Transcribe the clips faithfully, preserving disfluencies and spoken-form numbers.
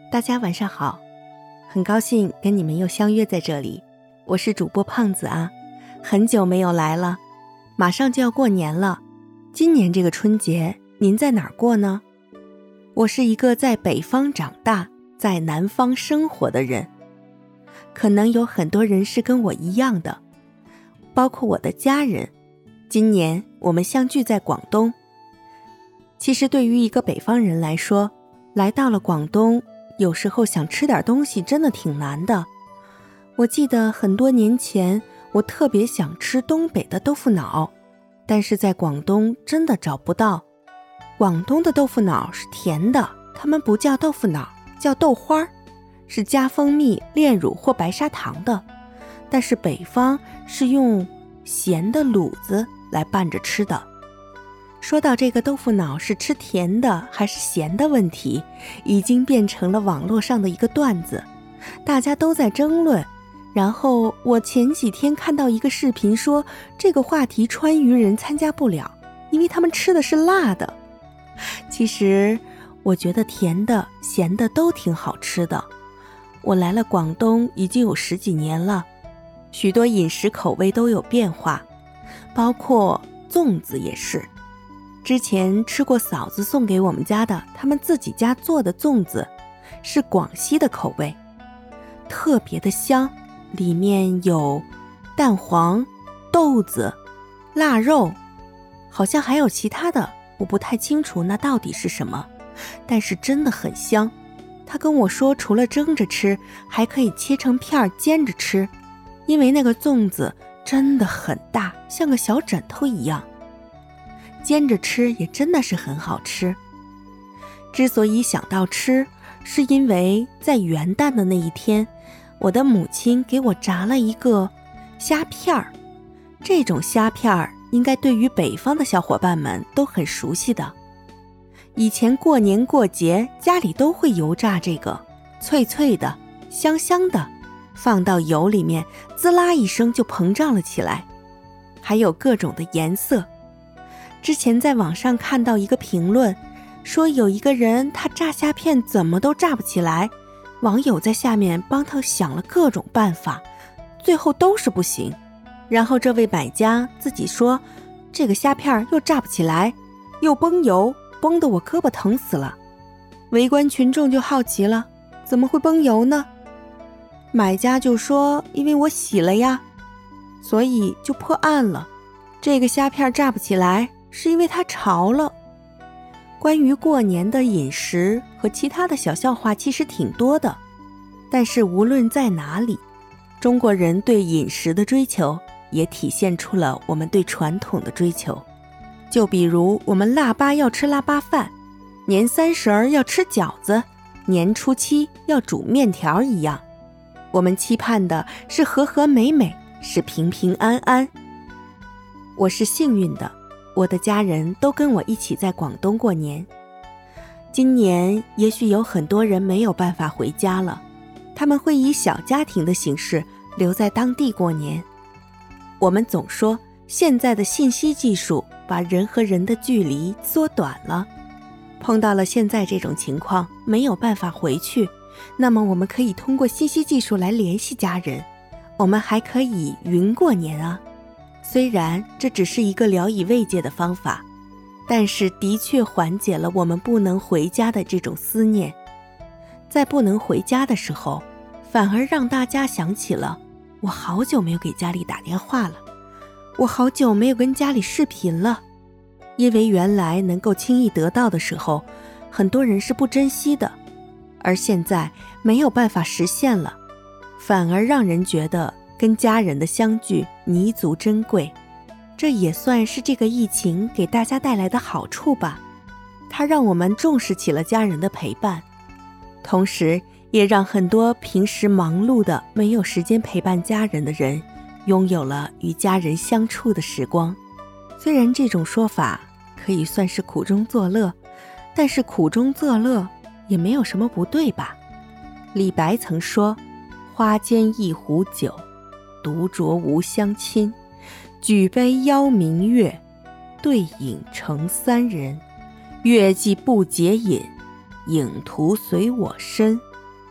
大家晚上好，很高兴跟你们又相约在这里，我是主播胖子啊，很久没有来了，马上就要过年了，今年这个春节您在哪儿过呢？我是一个在北方长大，在南方生活的人，可能有很多人是跟我一样的，包括我的家人，今年我们相聚在广东。其实对于一个北方人来说，来到了广东，有时候想吃点东西真的挺难的。我记得很多年前，我特别想吃东北的豆腐脑，但是在广东真的找不到。广东的豆腐脑是甜的，他们不叫豆腐脑，叫豆花，是加蜂蜜、炼乳或白砂糖的。但是北方是用咸的卤子来拌着吃的。说到这个豆腐脑是吃甜的还是咸的问题，已经变成了网络上的一个段子，大家都在争论。然后我前几天看到一个视频说，这个话题川渝人参加不了，因为他们吃的是辣的。其实我觉得甜的咸的都挺好吃的。我来了广东已经有十几年了，许多饮食口味都有变化，包括粽子也是。之前吃过嫂子送给我们家的，他们自己家做的粽子，是广西的口味，特别的香，里面有蛋黄、豆子、腊肉，好像还有其他的，我不太清楚那到底是什么，但是真的很香。他跟我说除了蒸着吃，还可以切成片煎着吃，因为那个粽子真的很大，像个小枕头一样，煎着吃也真的是很好吃。之所以想到吃，是因为在元旦的那一天，我的母亲给我炸了一个虾片儿。这种虾片儿应该对于北方的小伙伴们都很熟悉的。以前过年过节家里都会油炸这个，脆脆的，香香的，放到油里面滋啦一声就膨胀了起来，还有各种的颜色。之前在网上看到一个评论，说有一个人他炸虾片怎么都炸不起来，网友在下面帮他想了各种办法，最后都是不行。然后这位买家自己说，这个虾片又炸不起来，又崩油，崩得我胳膊疼死了。围观群众就好奇了，怎么会崩油呢？买家就说，因为我洗了呀，所以就破案了。这个虾片炸不起来，是因为它潮了。关于过年的饮食和其他的小笑话其实挺多的，但是无论在哪里，中国人对饮食的追求也体现出了我们对传统的追求。就比如我们腊八要吃腊八饭，年三十儿要吃饺子，年初七要煮面条一样，我们期盼的是和和美美，是平平安安。我是幸运的，我的家人都跟我一起在广东过年。今年也许有很多人没有办法回家了，他们会以小家庭的形式留在当地过年。我们总说现在的信息技术把人和人的距离缩短了，碰到了现在这种情况没有办法回去，那么我们可以通过信息技术来联系家人，我们还可以云过年啊。虽然这只是一个聊以慰藉的方法，但是的确缓解了我们不能回家的这种思念。在不能回家的时候，反而让大家想起了，我好久没有给家里打电话了，我好久没有跟家里视频了。因为原来能够轻易得到的时候，很多人是不珍惜的，而现在没有办法实现了，反而让人觉得跟家人的相聚弥足珍贵。这也算是这个疫情给大家带来的好处吧，它让我们重视起了家人的陪伴，同时也让很多平时忙碌的没有时间陪伴家人的人拥有了与家人相处的时光。虽然这种说法可以算是苦中作乐，但是苦中作乐也没有什么不对吧。李白曾说，花间一壶酒，独酌无相亲，举杯邀明月，对影成三人。月既不解饮，影徒随我身。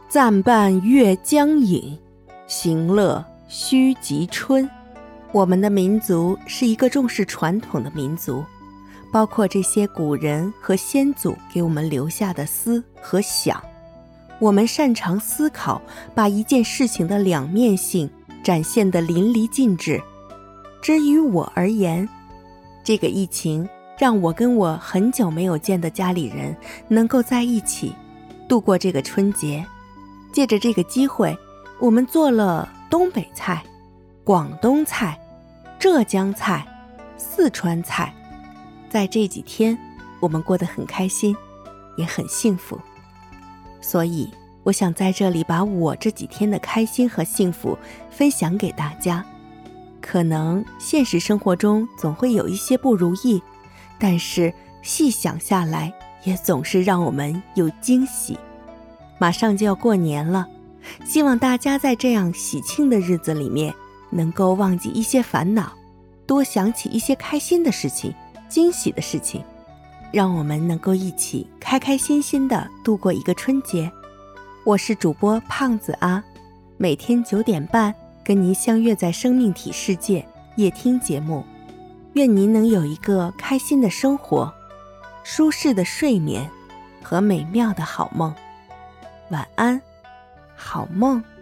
暂伴月将影，行乐须及春。我们的民族是一个重视传统的民族，包括这些古人和先祖给我们留下的思和想。我们擅长思考，把一件事情的两面性展现得淋漓尽致。至于我而言，这个疫情让我跟我很久没有见的家里人能够在一起度过这个春节。借着这个机会，我们做了东北菜、广东菜、浙江菜、四川菜。在这几天，我们过得很开心，也很幸福。所以，我想在这里把我这几天的开心和幸福分享给大家。可能现实生活中总会有一些不如意，但是细想下来，也总是让我们有惊喜。马上就要过年了，希望大家在这样喜庆的日子里面，能够忘记一些烦恼，多想起一些开心的事情、惊喜的事情，让我们能够一起开开心心地度过一个春节。我是主播胖子啊，每天九点半跟您相约在生命体世界夜听节目。愿您能有一个开心的生活，舒适的睡眠和美妙的好梦。晚安，好梦。